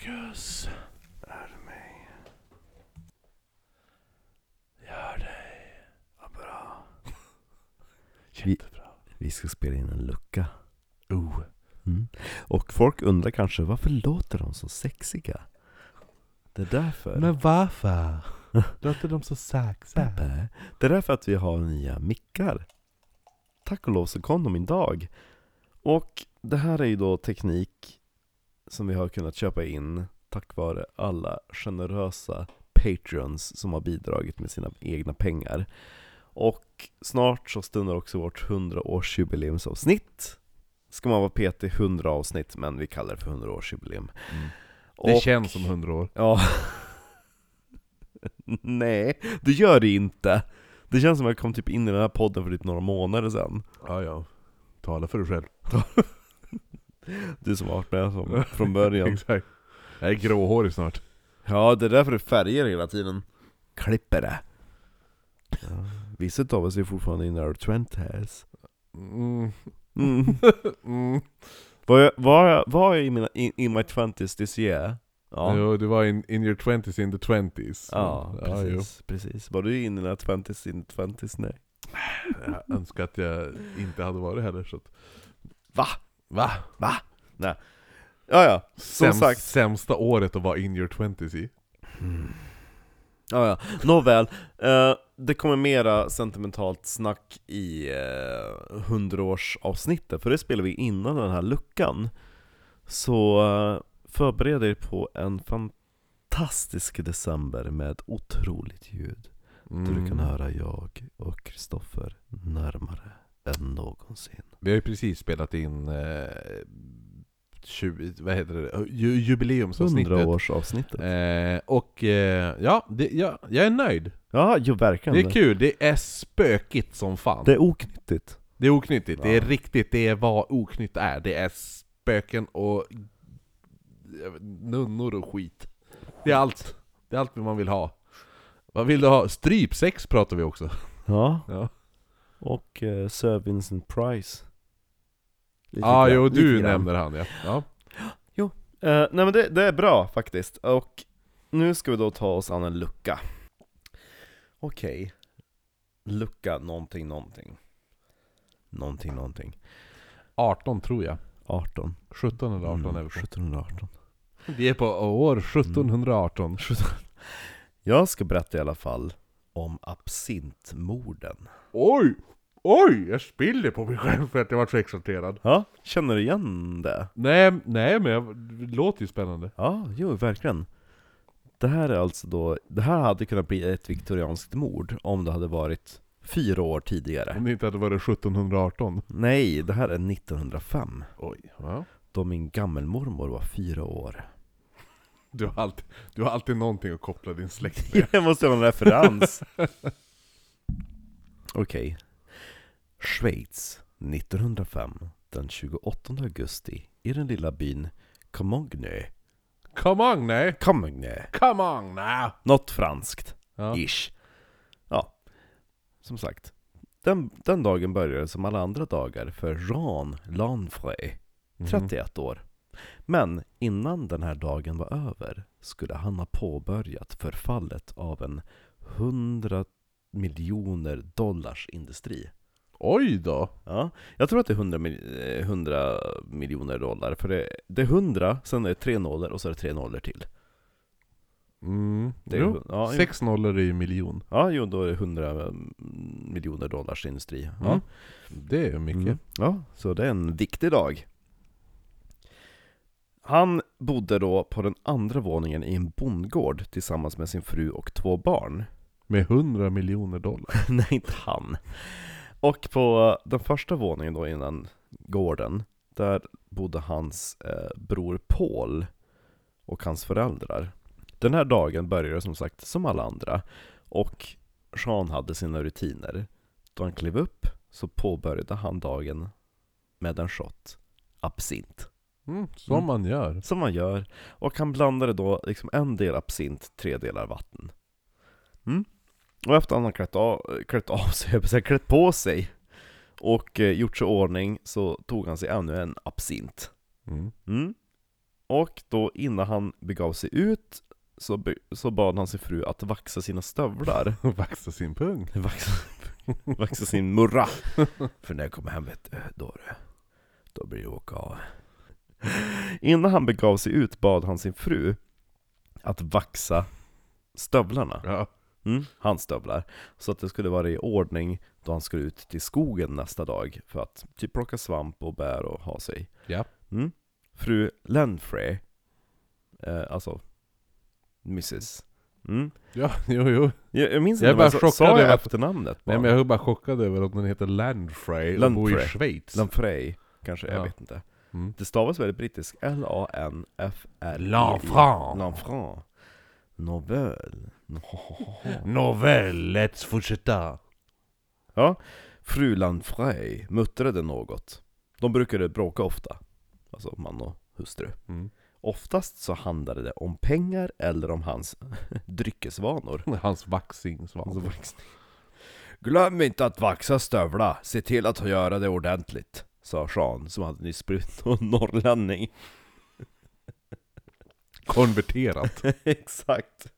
Marcus, är mig. Gör dig. Vad bra. Jättebra. Vi ska spela in en lucka. Och folk undrar kanske, varför låter de så sexiga? Det är därför. Men varför? Låter de så sexiga? Det är därför att vi har nya mickar. Tack och lov så kom de idag. Och det här är ju då teknik som vi har kunnat köpa in tack vare alla generösa Patreons som har bidragit med sina egna pengar. Och snart så stundar också vårt 100-årsjubileumsavsnitt. Ska man vara PT 100 avsnitt, men vi kallar det för 100-årsjubileum. Det känns som 100 år. Ja. Nej, det gör det inte. Det känns som att jag kom typ in i den här podden för typ några månader sedan. Ja. Tala för dig själv. Du som har varit med från början. Exakt. Jag är gråhårig snart. Ja, det är därför det färger hela tiden. Klipper det. Ja. Vissa av oss är fortfarande in our 20s. Var jag in my 20s this year? Ja. Jo, du var in your 20s in the 20s. Ja, precis. Var du in i 20s in the 20s? Nej. Jag önskar att jag inte hade varit heller. Så att... Va? Nej. Ja, som sagt. Sämsta året att vara in your 20s i. Ja. Nåväl, det kommer mera sentimentalt snack i 100-årsavsnittet. För det spelar vi innan den här luckan. Så förbered er på en fantastisk december med otroligt ljud. Där du kan höra jag och Kristoffer närmare än någonsin. Vi har ju precis spelat in jubileumsavsnittet. 100-årsavsnittet. Jag är nöjd. Ja, ju verkligen. Det är kul, det är spökigt som fan. Det är oknyttigt. Det är oknyttigt, det är riktigt, det är vad oknytt är. Det är spöken och nunnor och skit. Det är allt man vill ha. Vad vill du ha? Strypsex pratar vi också. Ja. Och Sir Vincent Price. Du nämner han, ja. Jo, nej men det är bra faktiskt. Och nu ska vi då ta oss an en lucka. Okej. Lucka någonting. 18 tror jag. 18. 17 eller 18 är vi på. 1718. Vi är på år 1718. Jag ska berätta i alla fall om absintmorden. Oj, jag spillde på mig själv för att jag var så exalterad. Ja, känner du igen det? Nej, men det låter ju spännande. Ja, jo, verkligen. Det här är alltså då, det här hade kunnat bli ett viktorianskt mord om det hade varit 4 år tidigare. Om det inte hade varit 1718. Nej, det här är 1905. Oj, ja. Då min gammelmormor var 4 år. Du har alltid någonting att koppla din släkt med. Jag måste ha en referens. Okej. Schweiz, 1905, den 28 augusti, i den lilla byn Comagne. Något franskt, ish. Ja, som sagt. Den dagen började som alla andra dagar för Jean Lanfray, 31 år. Men innan den här dagen var över skulle han ha påbörjat förfallet av en $100 miljoner industri. Oj då! Ja, jag tror att det är 100 miljoner dollar. För det är 100, sen är det 3 nollor och så är det 3 nollor till. Det är 6 nollor är ju miljon. Ja, jo, då är det 100 miljoner dollars industri. Ja. Det är mycket. Ja, så det är en viktig dag. Han bodde då på den andra våningen i en bondgård tillsammans med sin fru och 2 barn. Med 100 miljoner dollar? Nej, inte han. Och på den första våningen då innan gården, där bodde hans bror Paul och hans föräldrar. Den här dagen började som sagt som alla andra. Och Jean hade sina rutiner. Då han klev upp så påbörjade han dagen med en shot absint. Som man gör. Som man gör. Och han blandade då liksom 1 del absint, 3 delar vatten. Och efter att han klätt på sig och gjort sig ordning så tog han sig ännu en absint. Och då innan han begav sig ut så bad han sin fru att vaxa sina stövlar. Vaxa sin pung. Vaxa sin murra. För när jag kommer hem då blir det åka av. Innan han begav sig ut bad han sin fru att vaxa stövlarna. Ja. Hans stövlar. Så att det skulle vara i ordning då han skulle ut till skogen nästa dag. För att typ plocka svamp och bär och ha sig. Ja. Fru Lenfrey, alltså Mrs. Ja, jo. Jag minns Jag är inte bara vad chockad sa jag över- efternamnet bara. Nej, men jag är bara chockad över att den heter Landfrey och bor i Schweiz. Lenfrey, kanske, jag Ja. vet inte. Mm. Det stavas väldigt brittiskt. L-A-N-F-R Lanfranc. Lanfranc. Nåväl. Nåväl, let's fortsätta. Ja, fru Lenfrey muttrade något. De brukade bråka ofta. Alltså man och hustru. Oftast så handlade det om pengar eller om hans dryckesvanor. Hans vaxingsvan. Glöm inte att vaxa stövla. Se till att göra det ordentligt, sa Jean som hade nyss blivit norrlänning. Konverterat. Exakt.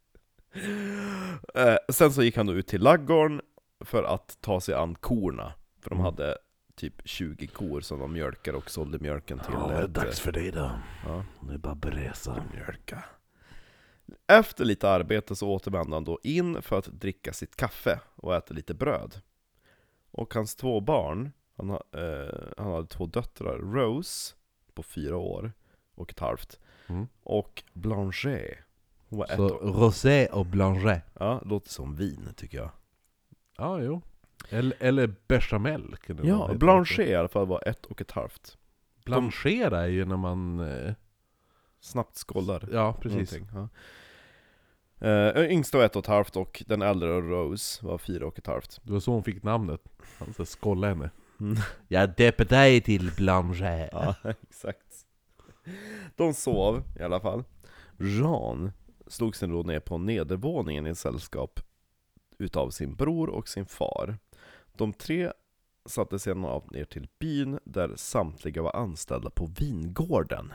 Sen så gick han då ut till laggården för att ta sig an korna. För de hade typ 20 kor som de mjölkade och sålde mjölken till. Ja, det är dags för dig då. Ja. Det är bara beresa. Mjölka. Efter lite arbete så återvände han då in för att dricka sitt kaffe och äta lite bröd. Och hans 2 barn, han hade 2 döttrar, Rose på 4 år och ett halvt, och Blanchet, hon var 1 Så år. rosé och blanchet. Ja, låter som vin tycker jag. Ja, jo. Eller bechamel. Ja, Blanchet i alla fall var 1 och ett halvt. Blanchera är ju när man... Snabbt skållar. Ja, precis. Ja. Yngsta var 1 och ett halvt och den äldre Rose var 4 och ett halvt. Det var så hon fick namnet. Han så skålla henne. Mm. Jag döper dig till Blanchet. Ja, exakt. De sov i alla fall. Jean slog sig då ner på nedervåningen i sällskap utav sin bror och sin far. De 3 satte sedan av ner till byn där samtliga var anställda på vingården.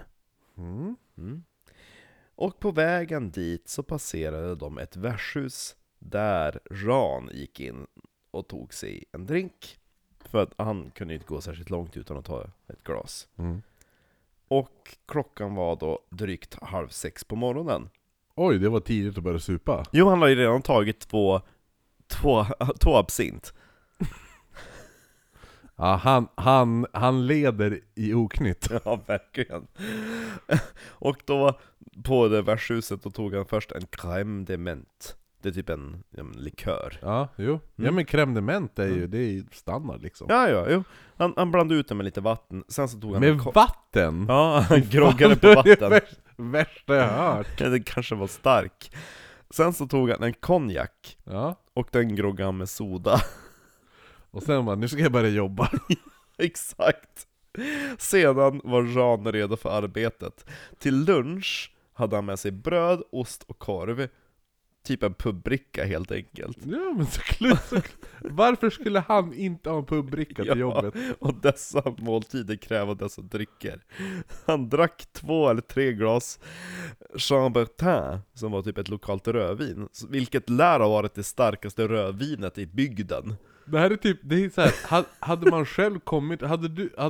Och på vägen dit så passerade de ett värdshus där Jean gick in och tog sig en drink. För att han kunde inte gå särskilt långt utan att ta ett glas. Och klockan var då drygt 5:30 på morgonen. Oj, det var tidigt att börja supa. Jo, han hade ju redan tagit två absint. Ja, han leder i oknytt. Ja, verkligen. Och då på det värdshuset då tog han först en crème de menthe. Det är typ en likör. Ja, jo. Ja, men crème de menthe är ju, det är ju standard liksom. Ja. Han blandade ut det med lite vatten. Sen så tog han Med vatten? Ja, han groggade på Det är vatten. det värsta jag hört. Ja, det kanske var stark. Sen så tog han en konjak. Ja. Och den groggade han med soda. Och sen bara, nu ska jag börja jobba. Exakt. Sedan var Jean redo för arbetet. Till lunch hade han med sig bröd, ost och korv. Typ en pubbricka helt enkelt. Ja, men såklart. Varför skulle han inte ha en pubbricka till jobbet? Och dessa måltider kräver dessa drycker. Han drack 2 eller 3 glas Chambertin, som var typ ett lokalt rödvin, vilket lär ha varit det starkaste rödvinet i bygden. Det här är typ, det är så här, hade man själv kommit, hade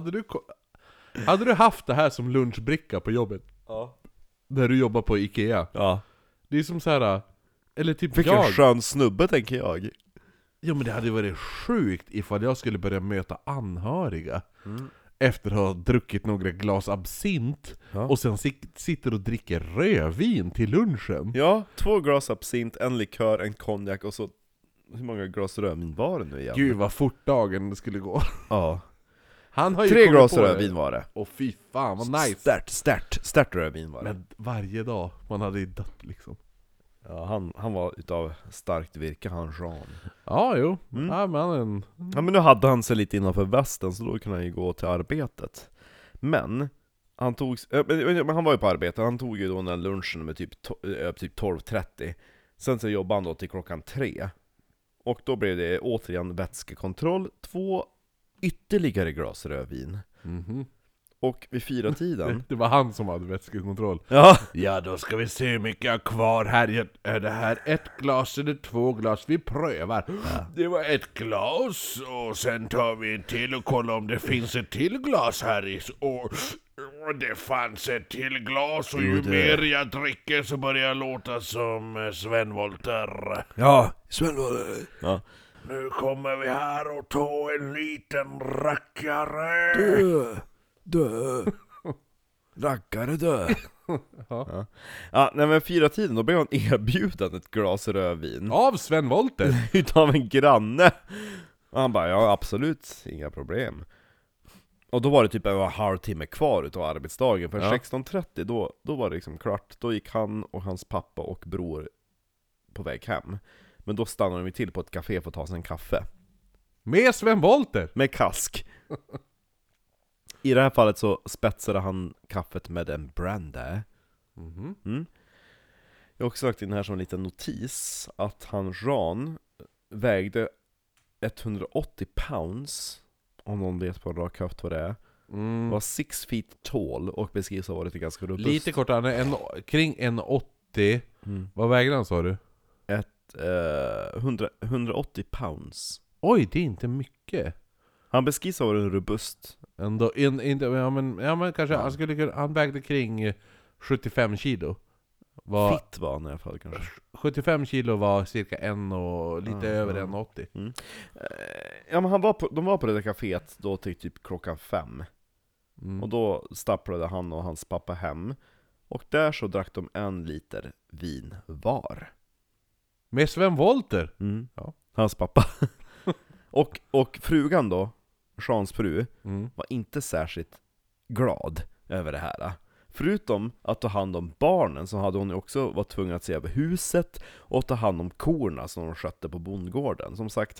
du haft det här som lunchbricka på jobbet? Ja. Där du jobbar på Ikea? Ja. Det är som så här, eller typ Vilken jag. skön snubbe, tänker jag. Ja, men det hade varit sjukt ifall jag skulle börja möta anhöriga efter att ha druckit några glas absint, och sen sitter och dricker rödvin till lunchen. Ja, 2 glas absint, en likör, en konjak och så... Hur många glas rödvin var det nu igen? Gud vad fort dagen det skulle gå. Ja. Han har ju 3 kommit glas på rödvin var det. Och fy fan vad nice. Stört rödvin var det. Men varje dag, man hade ju dött liksom. Ja, han var utav starkt virke, han Jean. Ja, jo. Ja, men Ja, men nu hade han sig lite innanför västen, så då kunde han ju gå till arbetet. Men han han var ju på arbetet. Han tog ju då den lunchen med typ 12:30. Sen så jobbade han då till klockan 3. Och då blev det återigen vätskekontroll, 2 ytterligare glas rödvin. Och vid 4-tiden... Det var han som hade vätskekontroll. Ja. Ja, då ska vi se hur mycket jag har kvar här. Är det här 1 glas eller 2 glas? Vi prövar. Ja. Det var 1 glas och sen tar vi en till och kollar om det finns ett till glas här i. Och det fanns ett till glas och ju mer jag dricker så börjar jag låta som Sven Wollter. Ja, Sven Wollter. Ja. Nu kommer vi här och tar en liten rackare. Dö. Rackare dö. Ja. Ja, nej, men 4-tiden då blev han erbjuden ett glas rödvin. Av Sven Wollter? Utav en granne. Och han bara, ja absolut, inga problem. Och då var det typ en halvtimme kvar utav arbetsdagen. För 16:30 då var det liksom klart. Då gick han och hans pappa och bror på väg hem. Men då stannade de till på ett café för att ta sig en kaffe. Med Sven Wollter? Med kask. I det här fallet så spetsade han kaffet med en brandy. Jag har också lagt in här som en liten notis att han Jean vägde 180 pounds, om någon vet på en rak höft vad det är. Var 6 feet tall och beskrivs ha varit ganska robust. Lite kort, han är kring 1,80. Vad väger han, sa du? 180 pounds. Oj, det är inte mycket. Han beskrivs ha varit robust. Ändå, men kanske han vägde kring 75 kilo. Fitt var han i alla fall kanske. 75 kilo var cirka lite över 1,80. Ja, men de var på det där kaféet då till typ klockan 5. Och då stapplade han och hans pappa hem. Och där så drack de 1 liter vin var. Med Sven Wollter? Ja. Hans pappa. och frugan då, Jeans fru, var inte särskilt glad över det här. Förutom att ta hand om barnen så hade hon också varit tvungen att se över huset och ta hand om korna som de skötte på bondgården. Som sagt,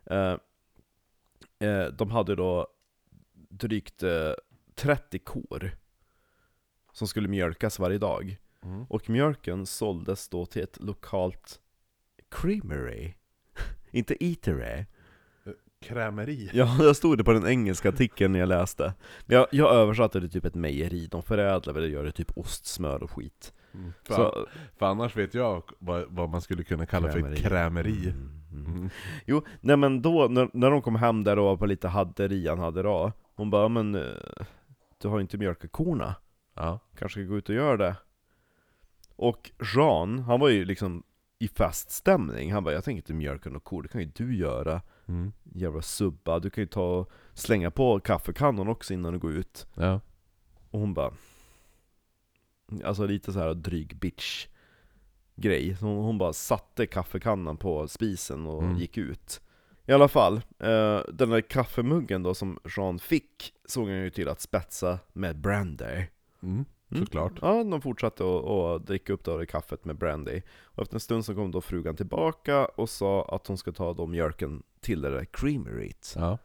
de hade då drygt 30 kor som skulle mjölkas varje dag. Och mjölken såldes då till ett lokalt creamery. Inte eatery. Krämeri. Ja, jag stod det på den engelska artikeln när jag läste. Jag översatte det typ ett mejeri. De förädlar väl, gör det typ ost, smör och skit. För annars vet jag vad man skulle kunna kalla krämeri. För krämeri. Jo, nej men då när de kom hem där och var på lite Rian hade då. Hon bara, men du har inte mjölkat korna. Ja. Kanske gå ut och göra det. Och Jean, han var ju liksom i fast stämning. Han bara, jag tänker inte mjölka några kor, det kan ju du göra. Jävla subba, du kan ju ta och slänga på kaffekannon också innan du går ut. Ja. Och hon bara, alltså lite så här dryg bitch grej. Så hon bara satte kaffekannan på spisen och gick ut. I alla fall, den där kaffemuggen då som Jean fick såg han ju till att spetsa med brandy. Såklart. Ja, de fortsatte att dricka upp det kaffet med brandy. Och efter en stund så kom då frugan tillbaka och sa att hon ska ta då mjölken till det där creameryt. Ja.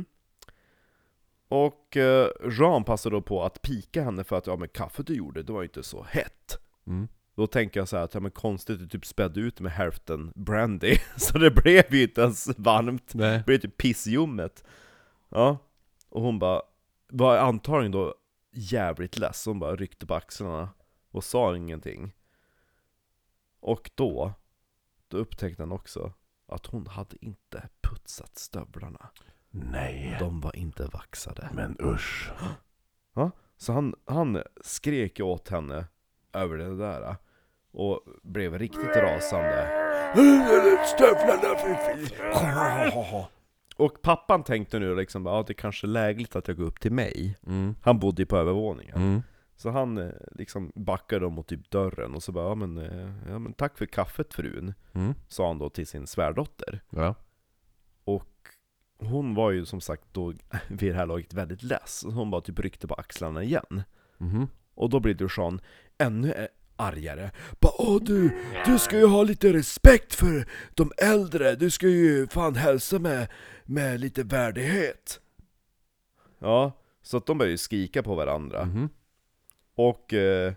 Och Jean passade då på att pika henne för att men kaffet du gjorde, det var inte så hett. Då tänker jag så här att men konstigt, du typ spädde ut med hälften brandy. Så det blev ju inte ens varmt. Nej. Det blev typ pissljummet. Ja. Och hon bara var antagligen då jävligt less. Hon bara ryckte på axlarna och sa ingenting. Och då upptäckte han också att hon hade inte putsat stövlarna. Nej. De var inte vaxade. Men usch. Ja, så han skrek åt henne över det där och blev riktigt rasande. Stövlarna för Och pappan tänkte nu liksom, det är kanske lägligt att jag går upp till mig. Han bodde ju på övervåningen. Så han liksom backade mot typ dörren och så bara, men tack för kaffet frun, sa han då till sin svärdotter. Ja. Och hon var ju som sagt då vid det här laget väldigt less. Hon bara typ ryckte på axlarna igen. Och då blev Jean ännu argare. Bara, du ska ju ha lite respekt för de äldre. Du ska ju fan hälsa med lite värdighet. Ja, så att de började ju skrika på varandra. Och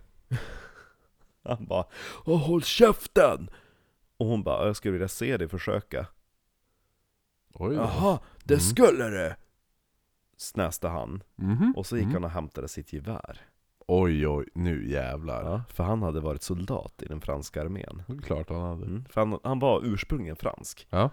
han bara, håll käften. Och hon bara, jag skulle vilja se dig försöka. Oj. Jaha, det skulle det, snäste han. Och så gick han och hämtade sitt gevär. Oj, nu jävlar. Ja, för han hade varit soldat i den franska armén. Det är klart han hade. För han var ursprungligen fransk. Ja.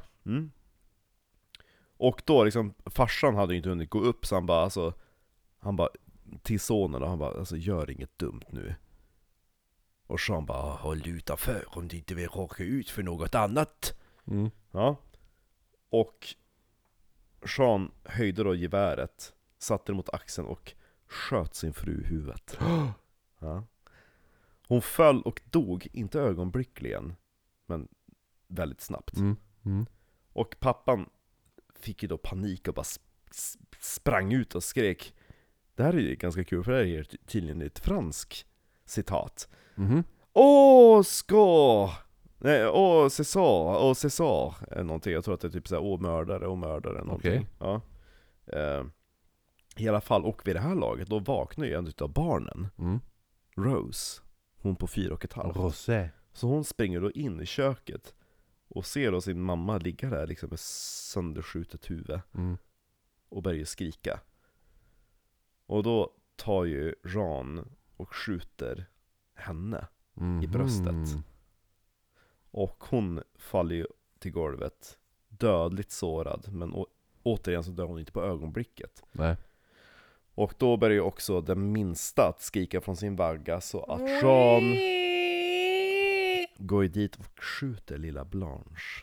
Och då liksom, farsan hade ju inte hunnit gå upp, så han bara till sonen, och han bara, alltså gör inget dumt nu. Och Jean bara, håll utanför om du inte vill råka ut för något annat. Ja. Och Jean höjde då geväret, satte det mot axeln och sköt sin fru i huvudet. Ja. Hon föll och dog, inte ögonblickligen, men väldigt snabbt. Och pappan fick ju då panik och bara sprang ut och skrek. Det här är ju ganska kul, för det här är tydligen ett fransk citat. Åh, skå! Nej, åh, César någonting. Jag tror att det är typ såhär, åh, mördare någonting. Okay. Ja. I alla fall, och vid det här laget då vaknar ju en utav barnen, Rose, hon på 4,5. Rosé. Så hon springer då in i köket och ser då sin mamma ligga där liksom med sönderskjutet huvud och börjar skrika. Och då tar ju Jean och skjuter henne i bröstet. Och hon faller ju till golvet dödligt sårad, men återigen så dör hon inte på ögonblicket. Nej. Och då börjar ju också den minsta att skrika från sin vagga, så att Jean går ju dit och skjuter lilla Blanche.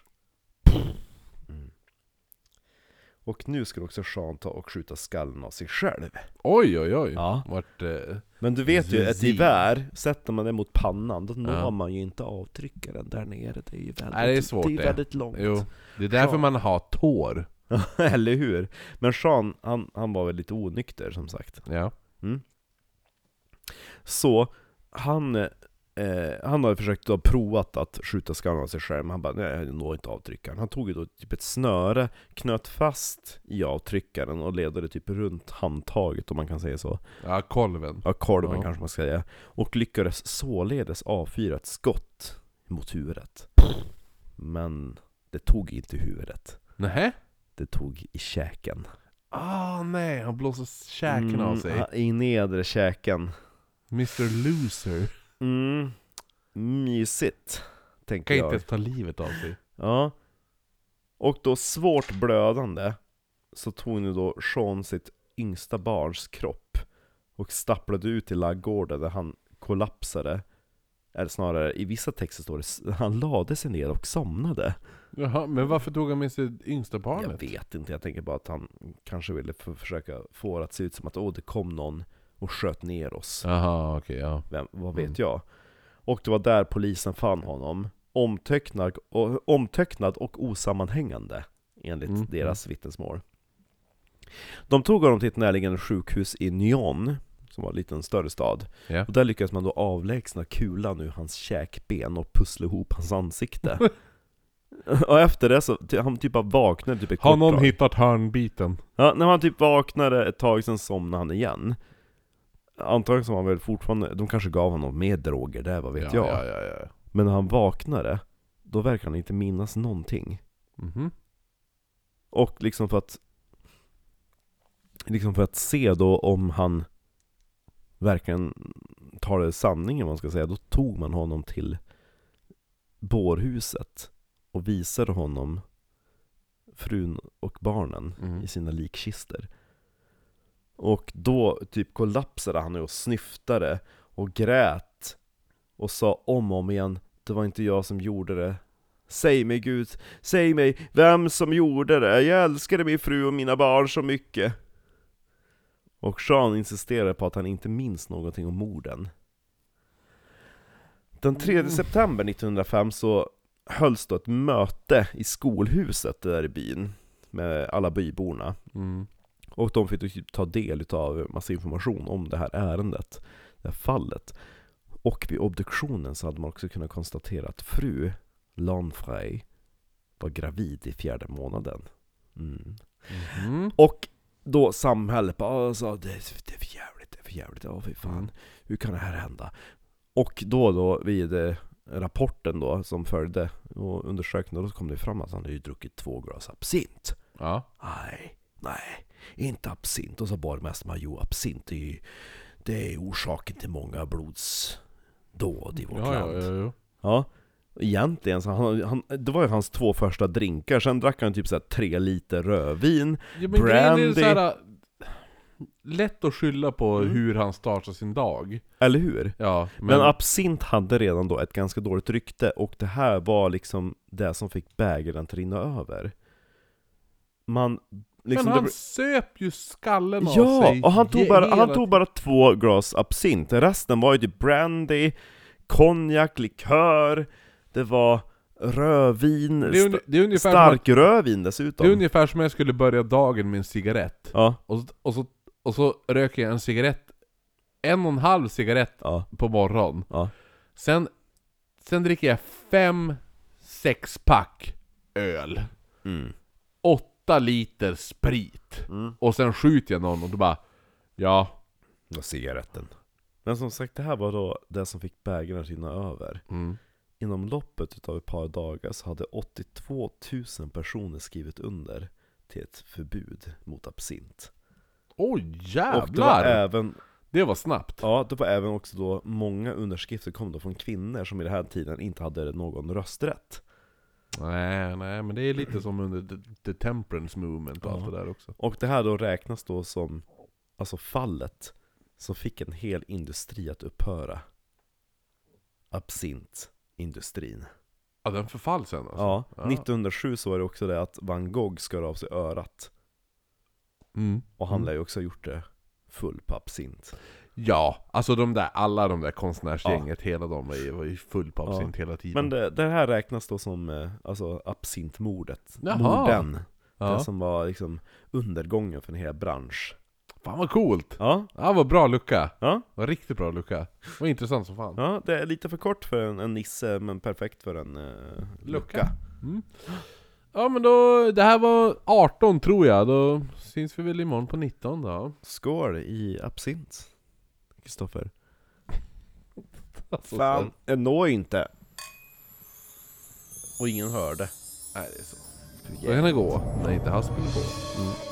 Och nu ska också Jean ta och skjuta skallen av sig själv. Oj. Ja. Vart, men du vet ju, ett gevär, sätter man det mot pannan, då når man ju inte avtryckaren där nere. Det är ju väldigt, det är svårt, det är väldigt långt. Jo. Det är därför man har tår. Eller hur? Men Jean, han var väl lite onykter, som sagt. Ja. Så han hade försökt ha provat att skjuta skallen av sig själv, men han bara, nej, jag når inte avtryckaren. Han tog ju då typ ett snöre, knöt fast i avtryckaren och ledde det typ runt handtaget, om man kan säga så. Ja, kolven. Ja, kolven kanske man ska säga. Och lyckades således avfyra ett skott mot huvudet. Men det tog inte huvudet. Nähä? Det tog i käken. Nej, han blåser käken av sig. I nedre käken. Mr. Loser. Mysigt, tänker jag. Kan inte ta livet av sig. Ja. Och då svårt blödande så tog nu då Jean sitt yngsta barns kropp och stapplade ut till laggården, där han kollapsade. Eller snarare, i vissa texter står det, han lade sig ner och somnade. Jaha, men varför tog han med sig yngsta barnet? Jag vet inte, jag tänker bara att han kanske ville försöka få det att se ut som att det kom någon och sköt ner oss. Jaha, okej, ja. Vad vet jag? Och det var där polisen fann honom, omtöcknad och osammanhängande, enligt deras vittnesmål. De tog honom till ett närliggande sjukhus i Nyon, som var en liten större stad. Yeah. Och där lyckades man då avlägsna kulan ur hans käkben och pussla ihop hans ansikte. Och efter det så han typ av vaknade typ ett har någon tag. hittat hörnbiten? Ja, när han typ vaknade ett tag, sen somnade han igen. Antagligen som han väl fortfarande, de kanske gav honom mer droger där, vad vet jag. Ja. Men när han vaknade, då verkar han inte minnas någonting. Och liksom för att se då om han verkligen talade sanningen, man ska säga, då tog man honom till bårhuset och visade honom frun och barnen i sina likkister. Och då typ kollapsade han och snyftade och grät och sa om och om igen, det var inte jag som gjorde det. Säg mig Gud, säg mig vem som gjorde det. Jag älskade min fru och mina barn så mycket. Och Jean insisterade på att han inte minns någonting om morden. Den 3 september 1905 så hölls då ett möte i skolhuset där i byn med alla byborna. Och de fick ta del av massa information om det här ärendet, det här fallet. Och vid obduktionen så hade man också kunnat konstatera att fru Lanfray var gravid i 4:e månaden. Och då samhället bara sa, det är för jävligt, ja fy fan, hur kan det här hända? Och då vid rapporten då som följde och undersökningen, då kom det fram att han hade ju druckit 2 glas absint. Ja. Nej. inte absint. Och så borgmästaren, jo absint det är orsaken till många blodsdåd i vårt land. Ja, egentligen så det var ju hans 2 första drinkar. Sen drack han typ så här 3 liter rödvin, brandy. Det är så här, lätt att skylla på hur han startar sin dag. Eller hur? Ja, men absint hade redan då ett ganska dåligt rykte. Och det här var liksom det som fick bägaren att rinna över. Men han söp ju skallen av sig. Ja, och han tog bara 2 glas absint. Resten var ju typ brandy, konjak, likör. Det var rödvin, det är stark rödvin dessutom. Det är ungefär som jag skulle börja dagen med en cigarett. Ja. Och så röker jag en cigarett, 1,5 cigarett på morgonen. Ja. Sen dricker jag 5-6 pack öl. 8 liter sprit. Och sen skjuter jag någon och då bara, ja. Det var cigaretten. Men som sagt, det här var då det som fick bägaren att rinna över. Inom loppet utav ett par dagar så hade 82 000 personer skrivit under till ett förbud mot absint. Oj, jävlar! Och det var även... Det var snabbt. Ja, det var även också då många underskrifter kom då från kvinnor som i den här tiden inte hade någon rösträtt. Nej, men det är lite som under the temperance movement och allt det där också. Och det här då räknas då som alltså fallet som fick en hel industri att upphöra. Absintindustrin. Ja, den förfall sen alltså. Ja, 1907 så var det också det att Van Gogh skar av sig örat. Och han lär ju också ha gjort det full på absint. Ja, alltså alla de där konstnärsgänget, hela de var ju full på absint hela tiden. Men det här räknas då som alltså absintmordet. Jaha. Morden. Det som var liksom undergången för en hel bransch. Fan vad coolt! Ja, vad bra lucka. Ja. Var riktigt bra lucka. Var intressant som fan. Ja, det är lite för kort för en nisse, men perfekt för en lucka. Ja, men då, det här var 18 tror jag. Då syns vi väl imorgon på 19 då. Skål i absint, Kristoffer. Alltså, Fan, jag når inte. Och ingen hörde. Nej, det är så. Då kan det gå när inte haspen är på.